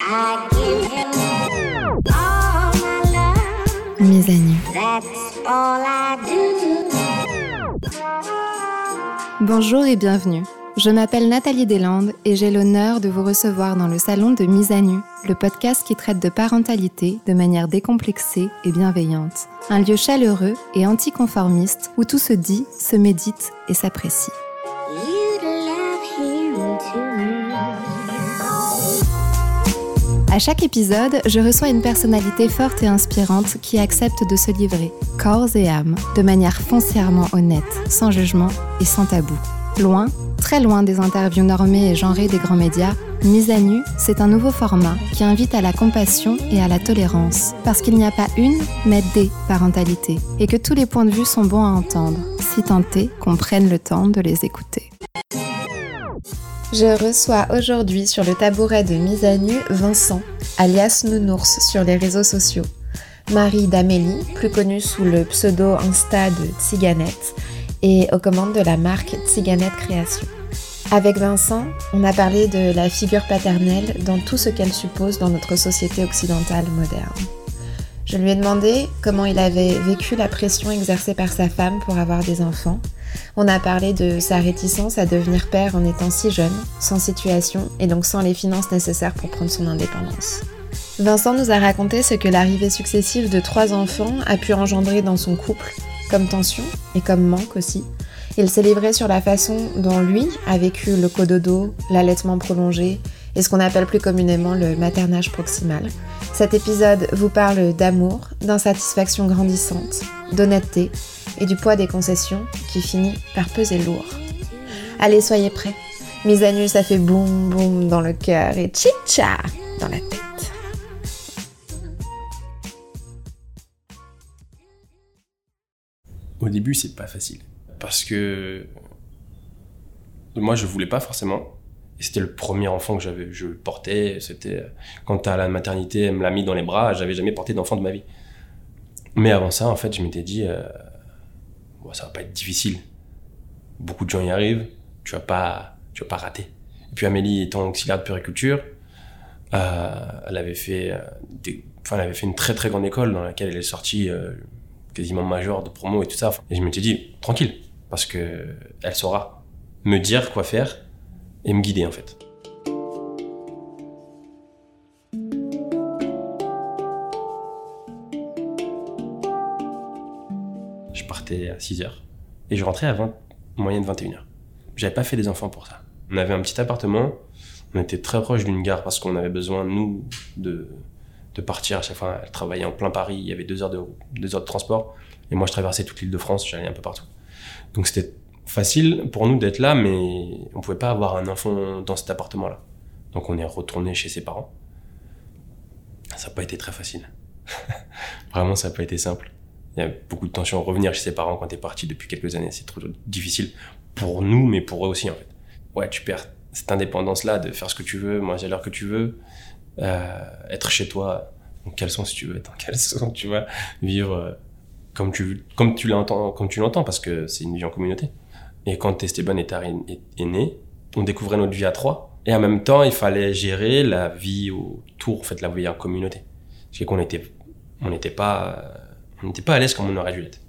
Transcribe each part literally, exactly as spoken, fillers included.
I give him all my love. Mise à nu. That's all I do. Bonjour et bienvenue. Je m'appelle Nathalie Deslandes et j'ai l'honneur de vous recevoir dans le salon de Mise à nu, le podcast qui traite de parentalité de manière décomplexée et bienveillante. Un lieu chaleureux et anticonformiste où tout se dit, se médite et s'apprécie. You'd love him too. À chaque épisode, je reçois une personnalité forte et inspirante qui accepte de se livrer, corps et âme, de manière foncièrement honnête, sans jugement et sans tabou. Loin, très loin des interviews normées et genrées des grands médias, Mise à nu, c'est un nouveau format qui invite à la compassion et à la tolérance, parce qu'il n'y a pas une, mais des parentalités, et que tous les points de vue sont bons à entendre, si tant est qu'on prenne le temps de les écouter. Je reçois aujourd'hui sur le tabouret de Mise à nu Vincent, alias Nounours sur les réseaux sociaux, mari d'Amélie, plus connue sous le pseudo Insta de Tsiganette, et aux commandes de la marque Tsiganette Création. Avec Vincent, on a parlé de la figure paternelle dans tout ce qu'elle suppose dans notre société occidentale moderne. Je lui ai demandé comment il avait vécu la pression exercée par sa femme pour avoir des enfants. On a parlé de sa réticence à devenir père en étant si jeune, sans situation et donc sans les finances nécessaires pour prendre son indépendance. Vincent nous a raconté ce que l'arrivée successive de trois enfants a pu engendrer dans son couple, comme tension et comme manque aussi. Il s'est livré sur la façon dont lui a vécu le cododo, l'allaitement prolongé et ce qu'on appelle plus communément le maternage proximal. Cet épisode vous parle d'amour, d'insatisfaction grandissante, d'honnêteté et du poids des concessions qui finit par peser lourd. Allez, soyez prêts. Mise à nu, ça fait boum boum dans le cœur et tchitcha dans la tête. Au début, c'est pas facile. Parce que moi, je voulais pas forcément. Et c'était le premier enfant que j'avais, je portais. C'était quand à la maternité, elle me l'a mis dans les bras. J'avais jamais porté d'enfant de ma vie. Mais avant ça, en fait, je m'étais dit, euh, bon, ça va pas être difficile. Beaucoup de gens y arrivent. Tu vas pas, tu vas pas rater. Et puis Amélie étant auxiliaire de puériculture, euh, elle avait fait, euh, des, enfin, elle avait fait une très très grande école dans laquelle elle est sortie. Euh, quasiment major de promo et tout ça. Et je m'étais dit, tranquille, parce que elle saura me dire quoi faire et me guider en fait. Je partais à six heures et je rentrais à vingt, moyenne vingt et une heures. J'avais pas fait des enfants pour ça. On avait un petit appartement, on était très proche d'une gare parce qu'on avait besoin, nous, de... de partir à chaque fois. Elle travaillait en plein Paris, il y avait deux heures de, deux heures de transport, et moi je traversais toute l'île de France, j'allais un peu partout. Donc c'était facile pour nous d'être là, mais on pouvait pas avoir un enfant dans cet appartement-là. Donc on est retourné chez ses parents. Ça n'a pas été très facile. Vraiment, ça n'a pas été simple. Il y a beaucoup de tension. Revenir chez ses parents quand t'es parti depuis quelques années, c'est trop difficile pour nous, mais pour eux aussi en fait. Ouais, tu perds cette indépendance-là de faire ce que tu veux, manger à l'heure que tu veux, Euh, être chez toi en caleçon si tu veux être en caleçon, tu vois, vivre euh, comme tu comme tu l'entends comme tu l'entends parce que c'est une vie en communauté. Et quand Esteban est, est, est né, on découvrait notre vie à trois et en même temps il fallait gérer la vie autour, en fait la vie en communauté. C'est qu'on était on n'était pas on n'était pas à l'aise comme on aurait dû l'être.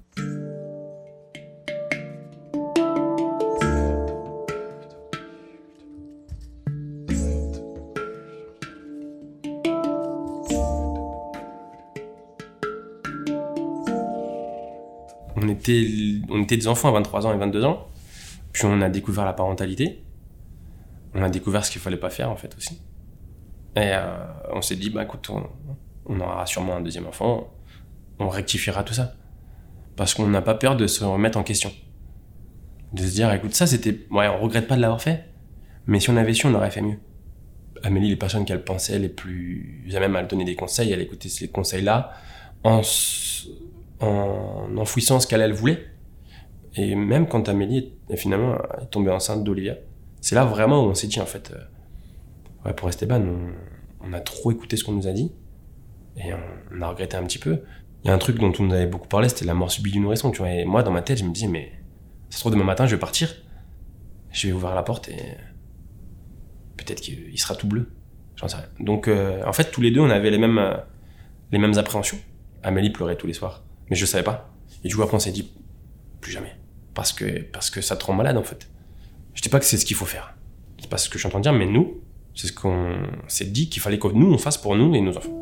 On était, on était des enfants à vingt-trois ans et vingt-deux ans, puis on a découvert la parentalité, on a découvert ce qu'il fallait pas faire en fait aussi. Et euh, on s'est dit, bah écoute, on, on aura sûrement un deuxième enfant, on rectifiera tout ça. Parce qu'on n'a pas peur de se remettre en question. De se dire, écoute, ça c'était, ouais, on regrette pas de l'avoir fait, mais si on avait su, on aurait fait mieux. Amélie, les personnes qu'elle pensait les plus à même à donner des conseils, elle écoutait ces conseils-là en en enfouissant ce qu'elle elle voulait. Et même quand Amélie est finalement est tombée enceinte d'Olivia, c'est là vraiment où on s'est dit en fait, euh, ouais, pour Esteban, on, on a trop écouté ce qu'on nous a dit et on, on a regretté un petit peu. Il y a un truc dont on nous avait beaucoup parlé, c'était la mort subie du nourrisson, tu vois. Et moi dans ma tête, je me disais mais ça se trouve demain matin je vais partir, je vais ouvrir la porte et peut-être qu'il sera tout bleu. J'en sais rien. Donc, euh, en fait, tous les deux, on avait les mêmes, euh, les mêmes appréhensions. Amélie pleurait tous les soirs, mais je savais pas. Et du coup, après, on s'est dit, plus jamais. Parce que, parce que ça te rend malade, en fait. Je dis pas que c'est ce qu'il faut faire. C'est pas ce que je suis en train de dire, mais nous, c'est ce qu'on s'est dit qu'il fallait que nous, on fasse pour nous et nos enfants.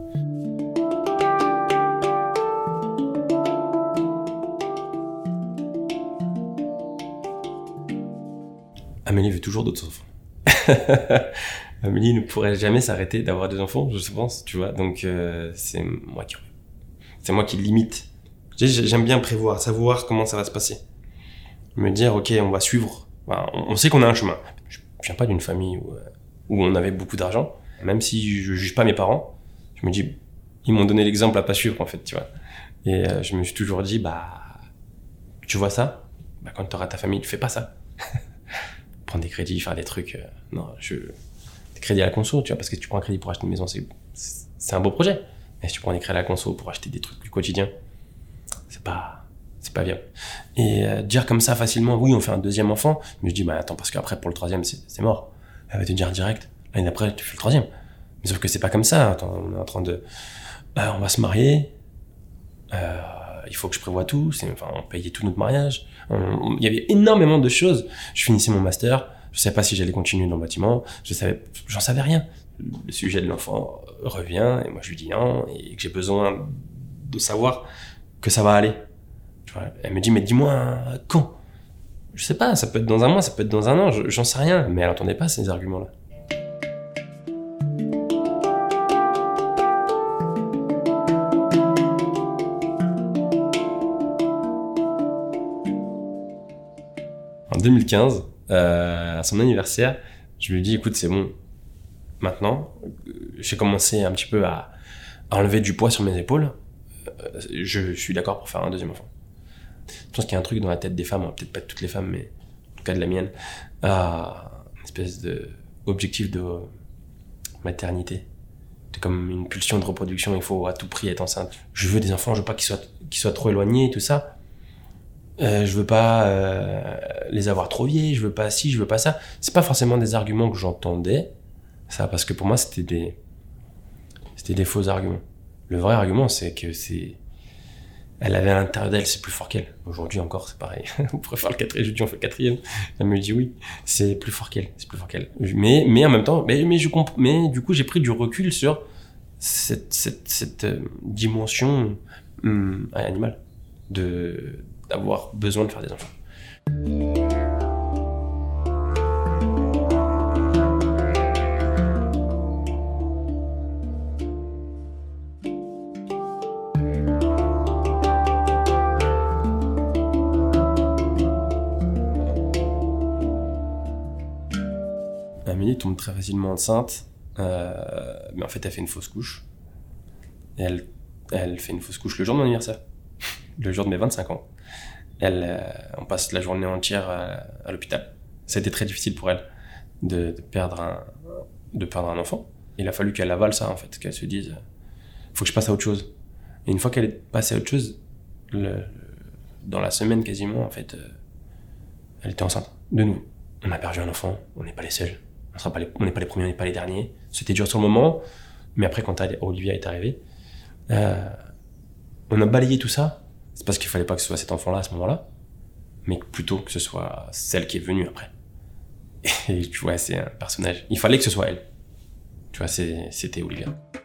Amélie veut toujours d'autres enfants. Amélie ne pourrait jamais s'arrêter d'avoir des enfants, je pense, tu vois. Donc, euh, c'est moi qui, c'est moi qui limite. J'aime bien prévoir, savoir comment ça va se passer. Me dire, ok, on va suivre. Enfin, on sait qu'on a un chemin. Je viens pas d'une famille où, où on avait beaucoup d'argent. Même si je juge pas mes parents, je me dis, ils m'ont donné l'exemple à pas suivre, en fait, tu vois. Et euh, je me suis toujours dit, bah, tu vois ça, bah, quand tu auras ta famille, tu fais pas ça. Prendre des crédits, faire des trucs. Euh, non, je. Des crédits à la conso, tu vois, parce que tu prends un crédit pour acheter une maison, c'est, c'est un beau projet. Mais si tu prends des crédits à la conso pour acheter des trucs du quotidien, c'est pas, c'est pas viable. Et euh, dire comme ça facilement, oui, on fait un deuxième enfant, mais je dis, bah attends, parce qu'après, pour le troisième, c'est, c'est mort. Elle va te dire direct, l'année d'après, tu fais le troisième. Mais sauf que c'est pas comme ça. Attends, on est en train de. Euh, on va se marier, euh, il faut que je prévoie tout, c'est, enfin, on payait tout notre mariage. Il y avait énormément de choses. Je finissais mon master, je savais pas si j'allais continuer dans le bâtiment, je savais, j'en savais rien. Le sujet de l'enfant revient, et moi je lui dis non, et que j'ai besoin de savoir que ça va aller. Tu vois, elle me dit, mais dis-moi quand. Je sais pas, ça peut être dans un mois, ça peut être dans un an, j'en sais rien. Mais elle entendait pas ces arguments-là. En deux mille quinze, euh, à son anniversaire, je lui dis, écoute, c'est bon, maintenant, j'ai commencé un petit peu à, à enlever du poids sur mes épaules, euh, je suis d'accord pour faire un deuxième enfant. Je pense qu'il y a un truc dans la tête des femmes, peut-être pas de toutes les femmes, mais en tout cas de la mienne, à une espèce d'objectif de maternité. C'est comme une pulsion de reproduction, il faut à tout prix être enceinte. Je veux des enfants, je veux pas qu'ils soient, qu'ils soient trop éloignés et tout ça. Euh, je veux pas euh, les avoir trop vieilles, je veux pas ci, je veux pas ça. C'est pas forcément des arguments que j'entendais, ça, parce que pour moi c'était des, c'était des faux arguments. Le vrai argument, c'est que c'est, elle avait à l'intérieur d'elle, c'est plus fort qu'elle. Aujourd'hui encore, c'est pareil. On pourrait faire le quatrième, je lui dis on fait le quatrième. Elle me dit oui, c'est plus fort qu'elle, c'est plus fort qu'elle. Mais, mais en même temps, mais, mais je comprends, mais du coup j'ai pris du recul sur cette, cette, cette euh, dimension hum, animale de d'avoir besoin de faire des enfants. Amélie tombe très facilement enceinte, euh, mais en fait elle fait une fausse couche. Et elle, elle fait une fausse couche le jour de mon anniversaire, le jour de mes vingt-cinq ans. Elle, euh, on passe la journée entière à, à l'hôpital. Ça a été très difficile pour elle de, de, perdre un, de perdre un enfant. Il a fallu qu'elle avale ça, en fait, qu'elle se dise « faut que je passe à autre chose ». Et une fois qu'elle est passée à autre chose, le, le, dans la semaine quasiment, en fait, euh, elle était enceinte, de nouveau. On a perdu un enfant, on n'est pas les seuls. On sera pas les, on n'est pas les premiers, on n'est pas les derniers. C'était dur sur le moment, mais après, quand Olivia est arrivée, euh, on a balayé tout ça. C'est parce qu'il fallait pas que ce soit cet enfant-là à ce moment-là, mais plutôt que ce soit celle qui est venue après. Et tu vois, c'est un personnage. Il fallait que ce soit elle. Tu vois, c'est, c'était Olivia.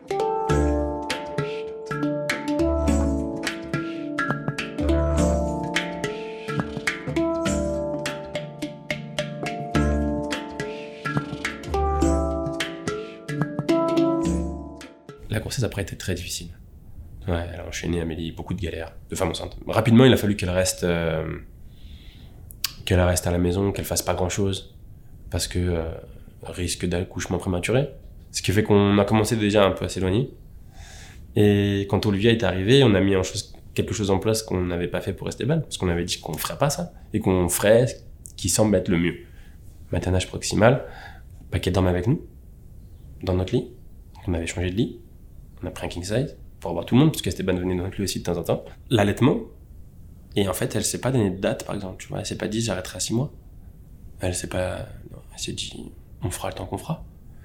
La grossesse après était très difficile. Ouais, elle a enchaîné, Amélie, beaucoup de galères, de femmes enceintes. Rapidement, il a fallu qu'elle reste, euh, qu'elle reste à la maison, qu'elle fasse pas grand-chose, parce que euh, risque d'accouchement prématuré. Ce qui fait qu'on a commencé déjà un peu à s'éloigner. Et quand Olivia est arrivée, on a mis en chose, quelque chose en place qu'on n'avait pas fait pour Esteban, parce qu'on avait dit qu'on ferait pas ça, et qu'on ferait ce qui semble être le mieux. Maternage proximal, pas qu'elle dorme avec nous, dans notre lit. On avait changé de lit, on a pris un king size, pour avoir tout le monde, parce qu'Esteban venait dans notre lit aussi de temps en temps. L'allaitement, et en fait, elle s'est pas donné de date, par exemple, tu vois, elle s'est pas dit j'arrêterai à six mois. Elle s'est pas, non, elle s'est dit on fera le temps qu'on fera.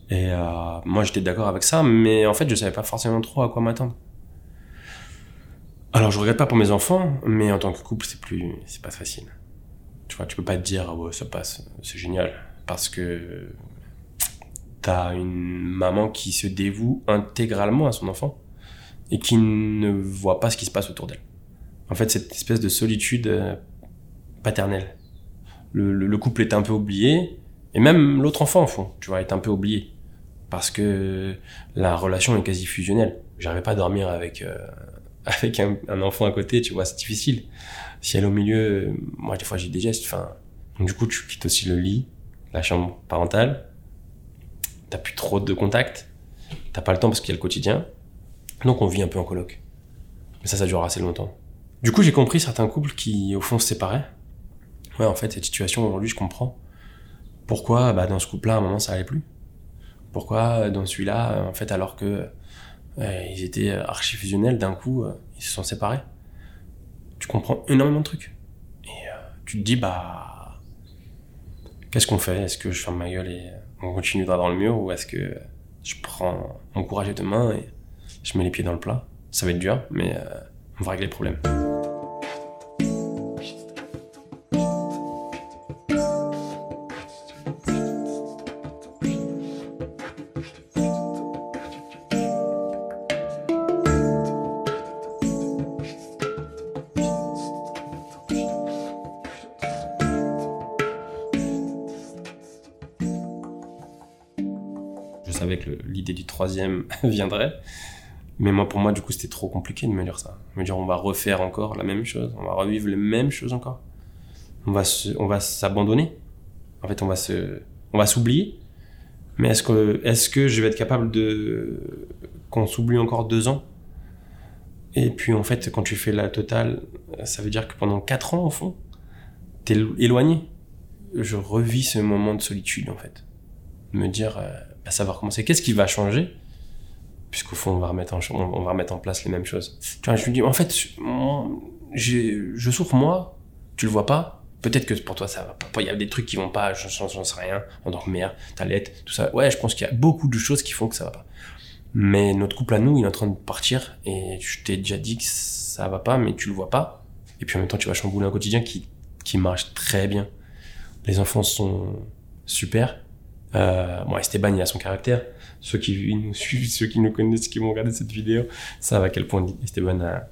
Et euh, moi, j'étais d'accord avec ça, mais en fait, je savais pas forcément trop à quoi m'attendre. Alors, je regrette pas pour mes enfants, mais en tant que couple, c'est plus, c'est pas facile. Tu vois, tu peux pas te dire, oh, ça passe, c'est génial, parce que t'as une maman qui se dévoue intégralement à son enfant et qui ne voit pas ce qui se passe autour d'elle. En fait, cette espèce de solitude euh, paternelle. Le, le, le couple est un peu oublié, et même l'autre enfant, au fond, tu vois, est un peu oublié. Parce que la relation est quasi fusionnelle. J'arrivais pas à dormir avec, euh, avec un, un enfant à côté, tu vois, c'est difficile. Si elle est au milieu, euh, moi, des fois, j'ai des gestes, enfin... Donc, du coup, tu quittes aussi le lit, la chambre parentale, t'as plus trop de contact, t'as pas le temps parce qu'il y a le quotidien, donc on vit un peu en coloc. Mais ça, ça dure assez longtemps. Du coup, j'ai compris certains couples qui, au fond, se séparaient. Ouais, en fait, cette situation, aujourd'hui, je comprends. Pourquoi, bah, dans ce couple-là, à un moment, ça allait plus. Pourquoi, dans celui-là, en fait, alors que euh, ils étaient archi-fusionnels, d'un coup, euh, ils se sont séparés. Tu comprends énormément de trucs. Et euh, tu te dis, bah, qu'est-ce qu'on fait ? Est-ce que je ferme ma gueule et on continue droit dans le mur, ou est-ce que je prends mon courage à deux mains et je mets les pieds dans le plat ? Ça va être dur, mais euh, on va régler le problème. Je savais que le, l'idée du troisième viendrait, mais moi, pour moi, du coup, c'était trop compliqué de me dire ça. Me dire, on va refaire encore la même chose, on va revivre les mêmes choses encore. On va, se, on va s'abandonner. En fait, on va se, on va s'oublier. Mais est-ce que, est-ce que je vais être capable de, qu'on s'oublie encore deux ans ? Et puis, en fait, quand tu fais la totale, ça veut dire que pendant quatre ans, au fond, t'es éloigné. Je revis ce moment de solitude, en fait. Me dire, euh, bah, ça va recommencer. Qu'est-ce qui va changer ? Puisqu'au fond, on va remettre en, on va remettre en place les mêmes choses. Tu vois, je me dis, en fait, j'ai, je souffre moi, tu le vois pas. Peut-être que pour toi, ça va pas. Il y a des trucs qui vont pas, j'en, j'en sais rien. En tant que mère, t'allaites, tout ça. Ouais, je pense qu'il y a beaucoup de choses qui font que ça va pas. Mais notre couple à nous, il est en train de partir. Et je t'ai déjà dit que ça va pas, mais tu le vois pas. Et puis en même temps, tu vas chambouler un quotidien qui, qui marche très bien. Les enfants sont super. Euh, bon, Esteban, il a son caractère. Ceux qui nous suivent, ceux qui nous connaissent, qui vont regarder cette vidéo, savent à quel point Esteban a...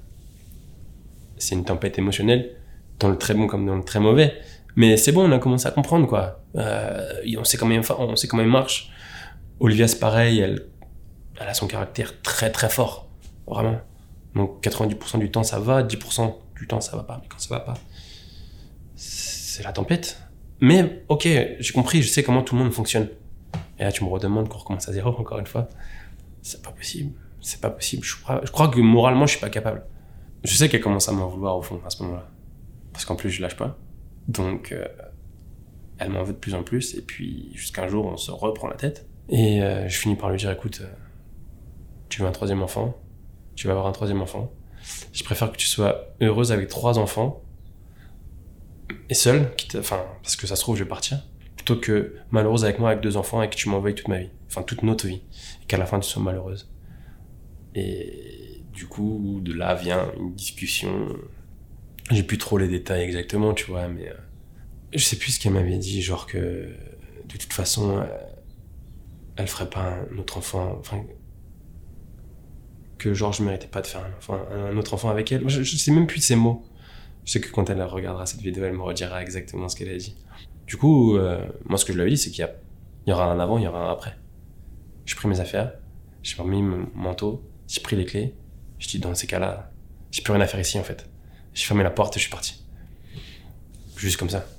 c'est une tempête émotionnelle, dans le très bon comme dans le très mauvais. Mais c'est bon, on a commencé à comprendre, quoi. Euh, on sait comment il, on sait comment il marche. Olivia, c'est pareil, elle, elle a son caractère très très fort, vraiment. Donc quatre-vingt-dix pour cent du temps, ça va, dix pour cent du temps, ça va pas. Mais quand ça va pas, c'est la tempête. Mais ok, j'ai compris, je sais comment tout le monde fonctionne. Et là, tu me redemandes qu'on recommence à zéro, encore une fois. C'est pas possible. C'est pas possible. Je crois, je crois que moralement, je suis pas capable. Je sais qu'elle commence à m'en vouloir, au fond, à ce moment-là. Parce qu'en plus, je lâche pas. Donc, euh, elle m'en veut de plus en plus. Et puis, jusqu'à un jour, on se reprend la tête. Et euh, je finis par lui dire, écoute, euh, tu veux un troisième enfant ? Tu vas avoir un troisième enfant. Je préfère que tu sois heureuse avec trois enfants. Et seule, enfin, parce que ça se trouve, je vais partir. Plutôt que malheureuse avec moi, avec deux enfants, et que tu m'en veuilles toute ma vie. Enfin, toute notre vie. Et qu'à la fin, tu sois malheureuse. Et du coup, de là vient une discussion. J'ai plus trop les détails exactement, tu vois, mais... Euh, je sais plus ce qu'elle m'avait dit, genre que... De toute façon, euh, elle ferait pas un autre enfant... Enfin... Que genre, je méritais pas de faire un, enfant, un autre enfant avec elle. Je, je sais même plus de ces mots. Je sais que quand elle regardera cette vidéo, elle me redira exactement ce qu'elle a dit. Du coup, euh, moi, ce que je lui avais dit, c'est qu'il y, a, il y aura un avant, il y aura un après. J'ai pris mes affaires, j'ai remis mon manteau, j'ai pris les clés. Je dis, dans ces cas-là, j'ai plus rien à faire ici, en fait. J'ai fermé la porte et je suis parti. Juste comme ça.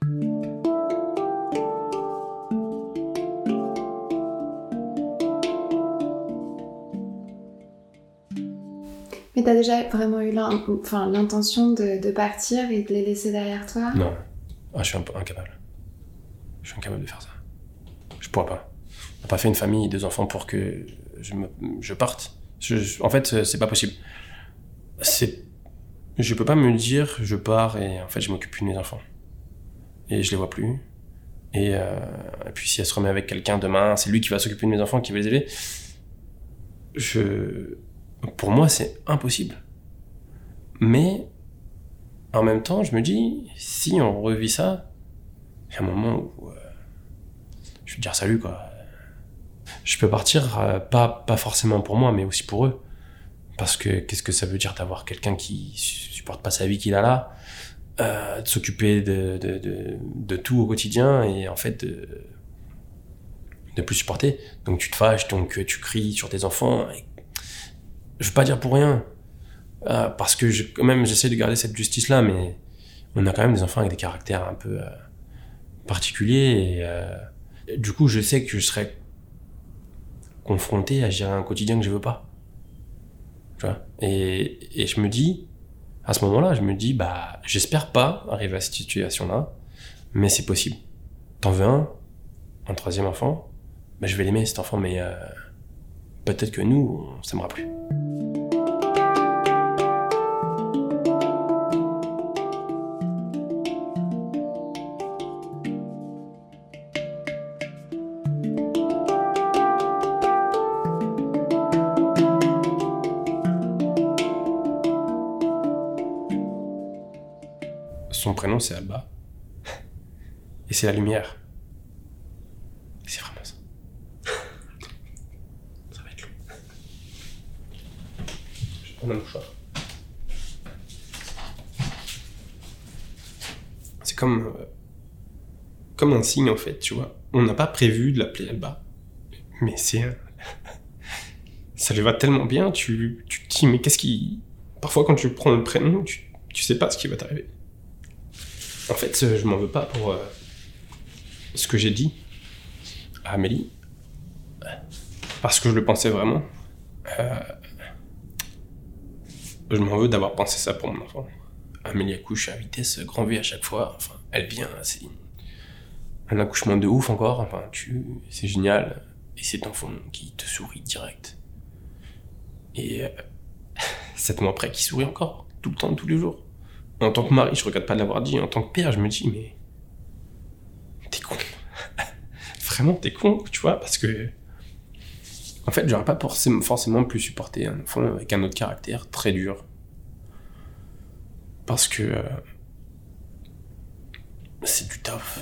Mais t'as déjà vraiment eu l'in... enfin, l'intention de, de partir et de les laisser derrière toi ? Non. Ah, je suis un peu incapable. Je suis incapable de faire ça. Je pourrais pas. On n'a pas fait une famille et deux enfants pour que je, me, je parte. Je, je, en fait, c'est pas possible. C'est, je peux pas me dire, je pars et en fait, je m'occupe plus de mes enfants. Et je les vois plus. Et, euh, et puis si elle se remet avec quelqu'un demain, c'est lui qui va s'occuper de mes enfants, qui va les élever. Je... Pour moi, c'est impossible. Mais en même temps, je me dis, si on revit ça, il y a un moment où euh, je vais te dire salut, quoi. Je peux partir, euh, pas, pas forcément pour moi, mais aussi pour eux. Parce que qu'est-ce que ça veut dire d'avoir quelqu'un qui supporte pas sa vie qu'il a là, euh, de s'occuper de, de, de, de tout au quotidien et en fait de, de plus supporter. Donc tu te fâches, donc tu cries sur tes enfants. Et je veux pas dire pour rien, euh, parce que je, quand même j'essaie de garder cette justice-là, mais on a quand même des enfants avec des caractères un peu euh, particuliers. Et, euh, et du coup, je sais que je serais confronté à gérer un quotidien que je veux pas. Tu vois, et, et je me dis, à ce moment-là, je me dis, bah, j'espère pas arriver à cette situation-là, mais c'est possible. T'en veux un, un troisième enfant, bah, je vais l'aimer cet enfant, mais euh, peut-être que nous, on s'aimera plus. Son prénom, c'est Alba. Et c'est la lumière. Et c'est vraiment ça. Ça va être long. Je vais prendre un mouchoir. C'est comme... Euh, comme un signe, en fait, tu vois. On n'a pas prévu de l'appeler Alba. Mais c'est... Un... ça lui va tellement bien, tu, tu te dis, mais qu'est-ce qui... Parfois, quand tu prends le prénom, tu, tu sais pas ce qui va t'arriver. En fait, je m'en veux pas pour euh, ce que j'ai dit à Amélie, parce que je le pensais vraiment. Euh, je m'en veux d'avoir pensé ça pour mon enfant. Amélie accouche à vitesse grand V à chaque fois. Enfin, elle vient, c'est un accouchement de ouf encore. Enfin, tu, c'est génial. Et c'est enfant qui te sourit direct. Et euh, sept mois après, qui sourit encore, tout le temps, tous les jours. En tant que mari, je regrette pas de l'avoir dit. En tant que père, je me dis, mais... T'es con. Vraiment, t'es con, tu vois, parce que... En fait, j'aurais pas forcément pu supporter un enfant avec un autre caractère très dur. Parce que... Euh, c'est du taf.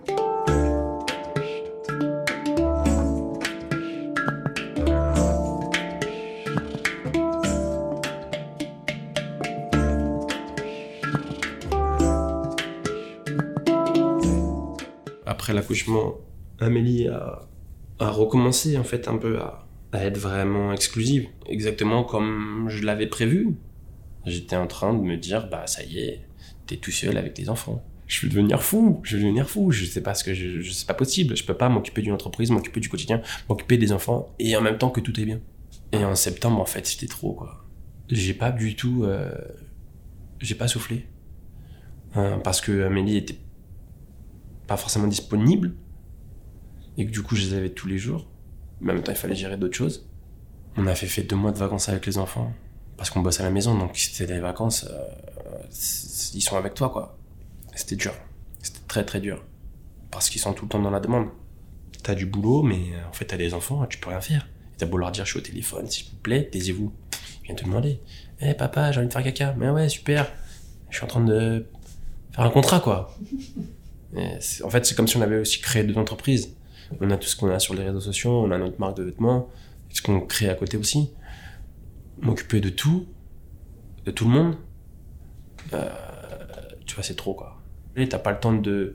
Après l'accouchement, Amélie a, a recommencé en fait un peu à, à être vraiment exclusive, exactement comme je l'avais prévu. J'étais en train de me dire, bah ça y est, t'es tout seul avec les enfants. Je vais devenir fou, je vais devenir fou, je sais pas ce que je, je c'est pas possible, je peux pas m'occuper d'une entreprise, m'occuper du quotidien, m'occuper des enfants et en même temps que tout est bien. Et en septembre en fait c'était trop quoi. J'ai pas du tout, euh, j'ai pas soufflé, hein, parce que Amélie était pas forcément disponible et que du coup je les avais tous les jours, mais en même temps il fallait gérer d'autres choses. On a fait, fait deux mois de vacances avec les enfants parce qu'on bosse à la maison, donc c'était des vacances, euh, ils sont avec toi quoi. C'était dur, c'était très très dur parce qu'ils sont tout le temps dans la demande. T'as du boulot mais en fait t'as des enfants, tu peux rien faire. Et t'as beau leur dire je suis au téléphone, s'il vous plaît, taisez-vous. Ils viennent te demander, hé hey, papa j'ai envie de faire caca, mais ouais super, je suis en train de faire un contrat quoi. En fait, c'est comme si on avait aussi créé deux entreprises. On a tout ce qu'on a sur les réseaux sociaux, on a notre marque de vêtements, ce qu'on crée à côté aussi. M'occuper de tout, de tout le monde, euh, tu vois, c'est trop quoi. Et t'as pas le temps de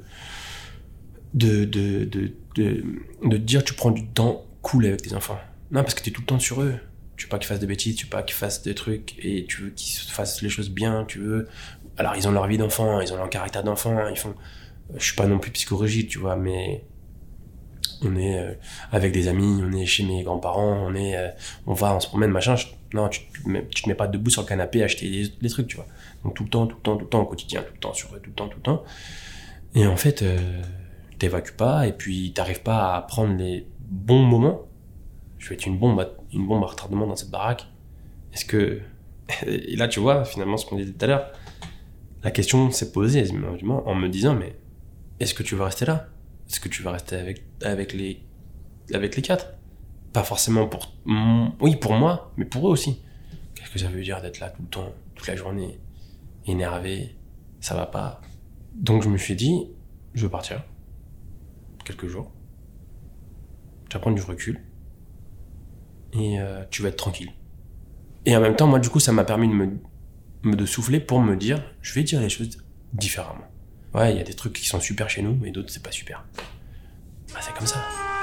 de, de, de, de, de te dire tu prends du temps cool avec tes enfants. Non, parce que t'es tout le temps sur eux. Tu veux pas qu'ils fassent des bêtises, tu veux pas qu'ils fassent des trucs, et tu veux qu'ils fassent les choses bien, tu veux... Alors, ils ont leur vie d'enfant, ils ont leur caractère d'enfant, ils font... Je suis pas non plus psychorigide, tu vois, mais on est euh, avec des amis, on est chez mes grands-parents, on est, euh, on va, on se promène, machin. Je, non, tu, tu, tu te mets pas debout sur le canapé à acheter des, des trucs, tu vois. Donc tout le temps, tout le temps, tout le temps au quotidien, tout le temps sur eux, tout le temps, tout le temps. Et en fait, euh, t'évacues pas et puis t'arrives pas à prendre les bons moments. Je vais être une bombe, à, une bombe à retardement dans cette baraque. Est-ce que... Et là, tu vois, finalement, ce qu'on disait tout à l'heure, la question s'est posée en me disant, mais est-ce que tu veux rester là ? est-ce que tu vas rester avec, avec, les, avec les quatre? Pas forcément pour... Oui, pour moi, mais pour eux aussi. Qu'est-ce que ça veut dire d'être là tout le temps, toute la journée, énervé, ça va pas. Donc je me suis dit, je veux partir. Quelques jours. Tu vas prendre du recul. Et euh, tu vas être tranquille. Et en même temps, moi, du coup, ça m'a permis de me, me de souffler pour me dire, je vais dire les choses différemment. Ouais, il y a des trucs qui sont super chez nous, et d'autres, c'est pas super. Bah, c'est comme ça.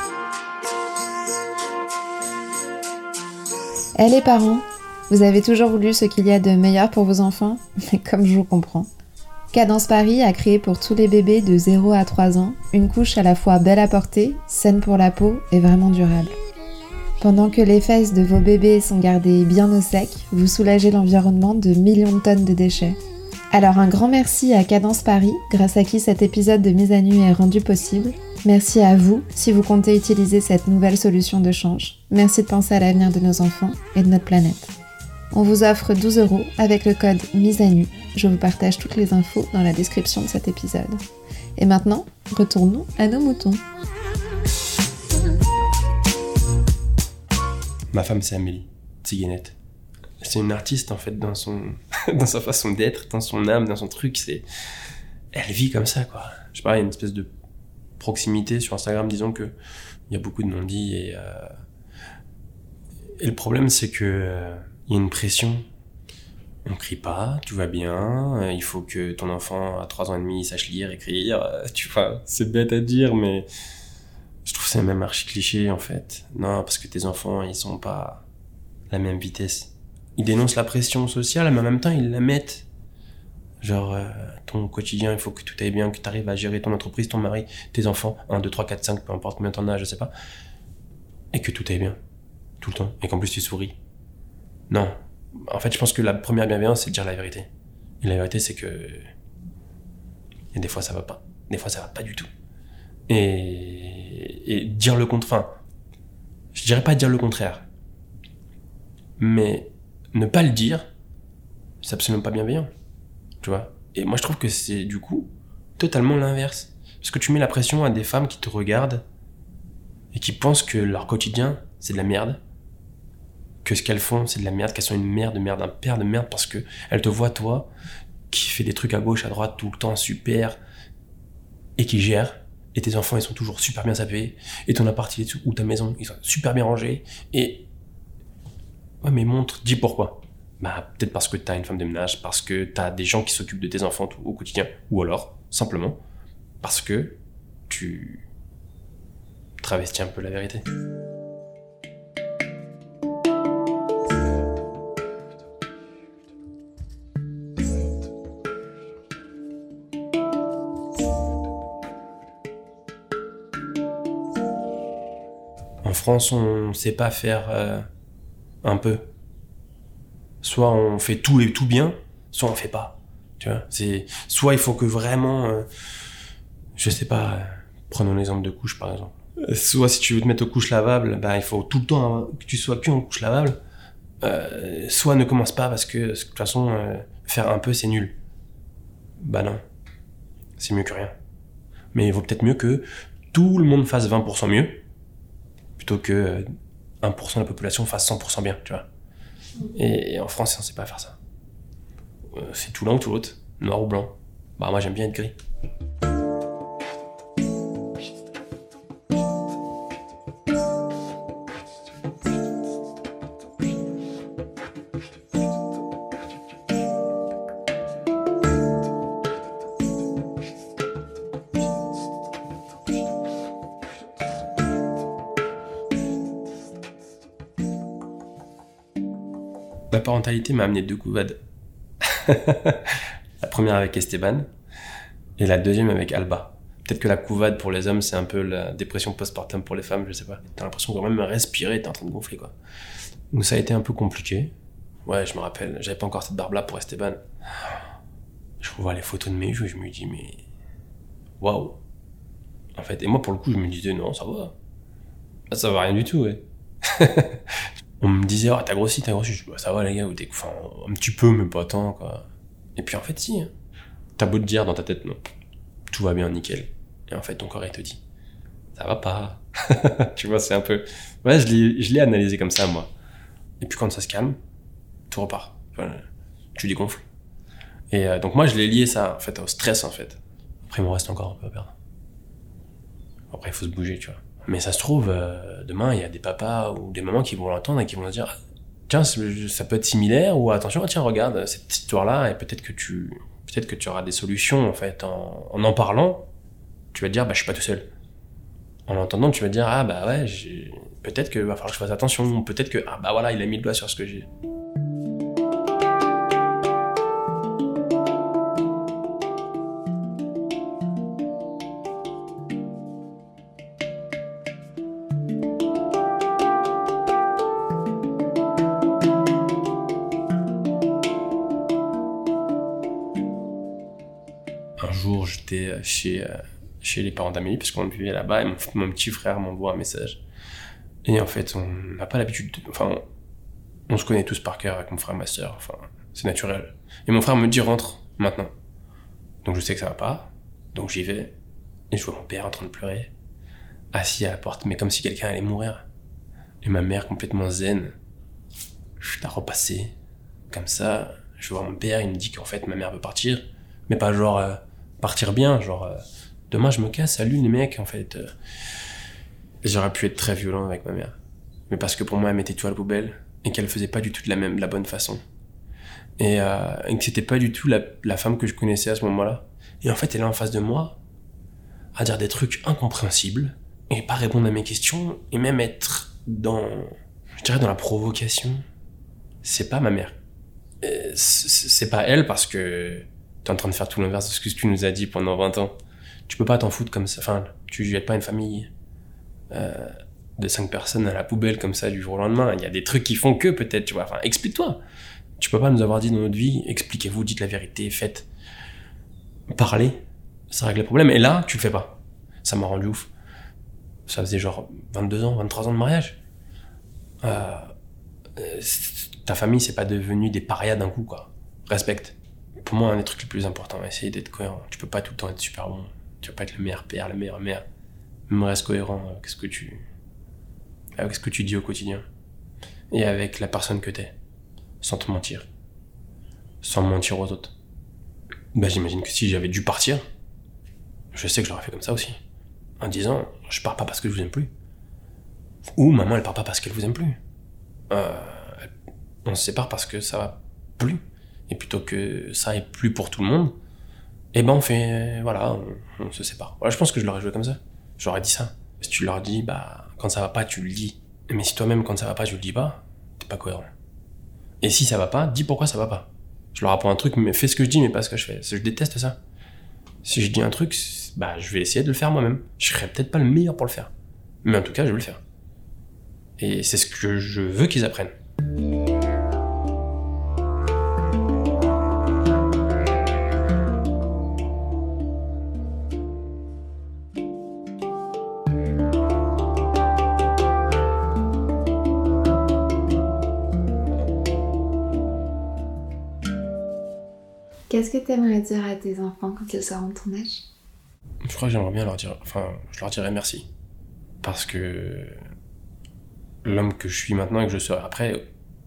Eh les parents, vous avez toujours voulu ce qu'il y a de meilleur pour vos enfants, mais comme je vous comprends. Cadence Paris a créé pour tous les bébés de zéro à trois ans une couche à la fois belle à porter, saine pour la peau et vraiment durable. Pendant que les fesses de vos bébés sont gardées bien au sec, vous soulagez l'environnement de millions de tonnes de déchets. Alors un grand merci à Cadence Paris, grâce à qui cet épisode de Mise à Nu est rendu possible. Merci à vous si vous comptez utiliser cette nouvelle solution de change. Merci de penser à l'avenir de nos enfants et de notre planète. On vous offre douze euros avec le code Mise à Nu. Je vous partage toutes les infos dans la description de cet épisode. Et maintenant, retournons à nos moutons. Ma femme, c'est Amélie Tsiganette. C'est une artiste, en fait, dans son, dans sa façon d'être, dans son âme, dans son truc. C'est, elle vit comme ça, quoi. Je sais pas, il y a une espèce de proximité sur Instagram, disons que il y a beaucoup de non-dits et, euh, et le problème, c'est que euh, il y a une pression. On crie pas, tout va bien, il faut que ton enfant à trois ans et demi sache lire, écrire, tu vois, c'est bête à dire, mais je trouve que c'est même archi cliché, en fait. Non, parce que tes enfants, ils sont pas à la même vitesse. Ils dénoncent la pression sociale, mais en même temps, ils la mettent. Genre, euh, ton quotidien, il faut que tout aille bien, que tu arrives à gérer ton entreprise, ton mari, tes enfants, un, deux, trois, quatre, cinq, peu importe combien t'en as, je sais pas. Et que tout aille bien. Tout le temps. Et qu'en plus, tu souris. Non. En fait, je pense que la première bienveillance, c'est de dire la vérité. Et la vérité, c'est que... Et des fois, ça va pas. Des fois, ça va pas du tout. Et, et dire le contraire... Enfin, je dirais pas dire le contraire. Mais ne pas le dire, c'est absolument pas bienveillant. Tu vois ? Et moi, je trouve que c'est, du coup, totalement l'inverse. Parce que tu mets la pression à des femmes qui te regardent et qui pensent que leur quotidien, c'est de la merde. Que ce qu'elles font, c'est de la merde, qu'elles sont une mère de merde, un père de merde, parce que elles te voient, toi, qui fait des trucs à gauche, à droite, tout le temps, super, et qui gère, et tes enfants, ils sont toujours super bien sapés, et ton appart, il est ou ta maison, ils sont super bien rangés, et... Ouais, mais montre, dis pourquoi. Bah, peut-être parce que t'as une femme de ménage, parce que t'as des gens qui s'occupent de tes enfants tout, au quotidien, ou alors, simplement, parce que tu travestis un peu la vérité. En France, on sait pas faire euh, un peu. Soit on fait tout et tout bien, soit on fait pas. Tu vois, c'est soit il faut que vraiment, euh, je sais pas, euh, prenons l'exemple de couche par exemple. Soit si tu veux te mettre aux couches lavables, bah il faut tout le temps hein, que tu sois que en couche lavable. Euh, soit ne commence pas parce que de toute façon euh, faire un peu c'est nul. Bah non, c'est mieux que rien. Mais il vaut peut-être mieux que tout le monde fasse vingt pour cent mieux. Plutôt que un pour cent de la population fasse cent pour cent bien, tu vois. Et, et en France, on ne sait pas faire ça. Euh, c'est tout l'un ou tout l'autre, noir ou blanc. Bah moi j'aime bien être gris. Ma parentalité m'a amené deux couvades. La première avec Esteban et la deuxième avec Alba. Peut-être que la couvade pour les hommes, c'est un peu la dépression postpartum pour les femmes, je sais pas. T'as l'impression quand même de respirer, t'es en train de gonfler, quoi. Donc ça a été un peu compliqué. Ouais, je me rappelle, j'avais pas encore cette barbe-là pour Esteban. Je revois les photos de mes joues et je me dis, mais... Waouh. En fait, et moi, pour le coup, je me disais, non, ça va. Ah, ça va rien du tout, ouais. On me disait, oh, t'as grossi, t'as grossi. Je dis, bah, ça va, les gars, ou t'es... Enfin, un petit peu, mais pas tant, quoi. Et puis, en fait, si. Hein. T'as beau te dire dans ta tête, non. Tout va bien, nickel. Et en fait, ton corps, il te dit. ça va pas. Tu vois, c'est un peu... Ouais, je l'ai, je l'ai analysé comme ça, moi. Et puis quand ça se calme, tout repart. Enfin, tu dégonfles. Et euh, donc moi, je l'ai lié ça, en fait, au stress, en fait. Après, il me reste encore un peu à perdre. Après, il faut se bouger, tu vois. Mais ça se trouve, euh, demain, il y a des papas ou des mamans qui vont l'entendre et qui vont se dire « Tiens, ça peut être similaire » ou « Attention, tiens, regarde cette histoire-là et peut-être que tu, peut-être que tu auras des solutions, en fait. En en, en parlant, tu vas te dire bah, « Je suis pas tout seul ». En l'entendant, tu vas te dire « Ah bah ouais, j'ai... peut-être qu'il va falloir que je fasse attention. Peut-être que, ah bah voilà, il a mis le doigt sur ce que j'ai. » Un jour, j'étais chez, chez les parents d'Amélie, parce qu'on vivait là-bas, et mon, mon petit frère m'envoie un message. Et en fait, on n'a pas l'habitude... De, enfin, on, on se connaît tous par cœur avec mon frère et ma sœur. Enfin, c'est naturel. Et mon frère me dit « Rentre, maintenant ». Donc je sais que ça va pas. Donc j'y vais. Et je vois mon père en train de pleurer, assis à la porte, mais comme si quelqu'un allait mourir. Et ma mère complètement zen. Je la repassé. Comme ça, je vois mon père, il me dit qu'en fait, ma mère veut partir. Mais pas genre... Euh, partir bien, genre euh, demain je me casse, salut les mecs, en fait. Euh, j'aurais pu être très violent avec ma mère, mais parce que pour moi elle mettait tout à la poubelle et qu'elle faisait pas du tout de la même, de la bonne façon, et, euh, et que c'était pas du tout la, la femme que je connaissais à ce moment-là. Et en fait elle est en face de moi à dire des trucs incompréhensibles et pas répondre à mes questions et même être dans, je dirais dans la provocation. C'est pas ma mère, euh, c'est, c'est pas elle parce que t'es en train de faire tout l'inverse de ce que tu nous as dit pendant vingt ans. Tu peux pas t'en foutre comme ça. Enfin, tu jettes pas une famille euh, de cinq personnes à la poubelle comme ça du jour au lendemain. Il y a des trucs qui font que peut-être, tu vois. Enfin, explique-toi. Tu peux pas nous avoir dit dans notre vie, expliquez-vous, dites la vérité, faites. Parlez, ça règle le problème. Et là, tu le fais pas. Ça m'a rendu ouf. Ça faisait genre vingt-deux ans, vingt-trois ans de mariage. Euh, euh, ta famille, c'est pas devenu des parias d'un coup, quoi. Respecte. Pour moi, un des trucs les plus importants, essayer d'être cohérent. Tu peux pas tout le temps être super bon. Tu peux pas être le meilleur père, la meilleure mère. Mais reste cohérent avec ce que tu, avec ce que tu dis au quotidien. Et avec la personne que t'es. Sans te mentir. Sans mentir aux autres. Bah, j'imagine que si j'avais dû partir, je sais que je l'aurais fait comme ça aussi. En disant, je pars pas parce que je vous aime plus. Ou maman, elle part pas parce qu'elle vous aime plus. Euh, on se sépare parce que ça va plus. Et plutôt que ça aille plus pour tout le monde, eh ben on fait, voilà, on, on se sépare. Voilà, je pense que je l'aurais joué comme ça. J'aurais dit ça. Si tu leur dis, bah, quand ça va pas, tu le dis. Mais si toi-même, quand ça va pas, tu le dis pas, t'es pas cohérent. Et si ça va pas, dis pourquoi ça va pas. Je leur apprends un truc, mais fais ce que je dis, mais pas ce que je fais. Je déteste ça. Si je dis un truc, bah, je vais essayer de le faire moi-même. Je serai peut-être pas le meilleur pour le faire. Mais en tout cas, je vais le faire. Et c'est ce que je veux qu'ils apprennent. Qu'est-ce que tu aimerais dire à tes enfants quand ils seront de ton âge ? Je crois que j'aimerais bien leur dire... Enfin, je leur dirais merci. Parce que l'homme que je suis maintenant et que je serai après,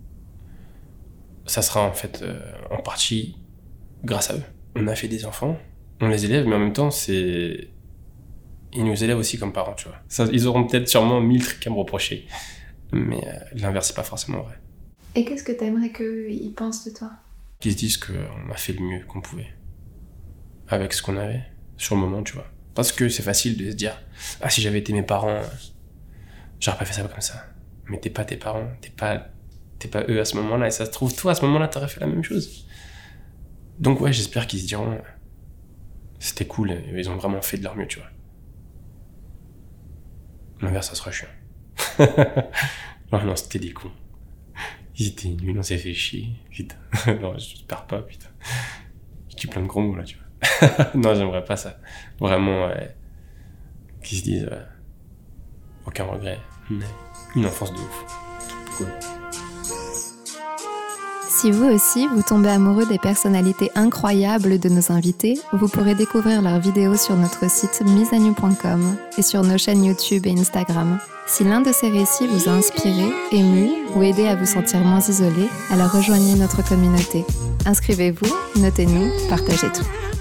ça sera en fait euh, en partie grâce à eux. On a fait des enfants, on les élève, mais en même temps, c'est... Ils nous élèvent aussi comme parents, tu vois. Ça, ils auront peut-être sûrement mille trucs à me reprocher. Mais euh, l'inverse, c'est pas forcément vrai. Et qu'est-ce que tu aimerais qu'ils pensent de toi ? Qu'ils se disent qu'on a fait le mieux qu'on pouvait. Avec ce qu'on avait, sur le moment, tu vois. Parce que c'est facile de se dire « Ah, si j'avais été mes parents, j'aurais pas fait ça comme ça. » Mais t'es pas tes parents, t'es pas, t'es pas eux à ce moment-là. Et ça se trouve, toi, à ce moment-là, t'aurais fait la même chose. Donc ouais, j'espère qu'ils se diront « C'était cool, ils ont vraiment fait de leur mieux, tu vois. » L'inverse, ça sera chiant. Non, non, c'était des cons. Ils étaient nuls, on s'est fait chier, putain. Non, j'espère pas, putain. Je dis plein de gros mots, là, tu vois. Non, j'aimerais pas ça. Vraiment, ouais. Qu'ils se disent, ouais. Aucun regret. Mais une enfance de ouf. Cool. Si vous aussi, vous tombez amoureux des personnalités incroyables de nos invités, vous pourrez découvrir leurs vidéos sur notre site misanu point com et sur nos chaînes YouTube et Instagram. Si l'un de ces récits vous a inspiré, ému ou aidé à vous sentir moins isolé, alors rejoignez notre communauté. Inscrivez-vous, notez-nous, partagez tout.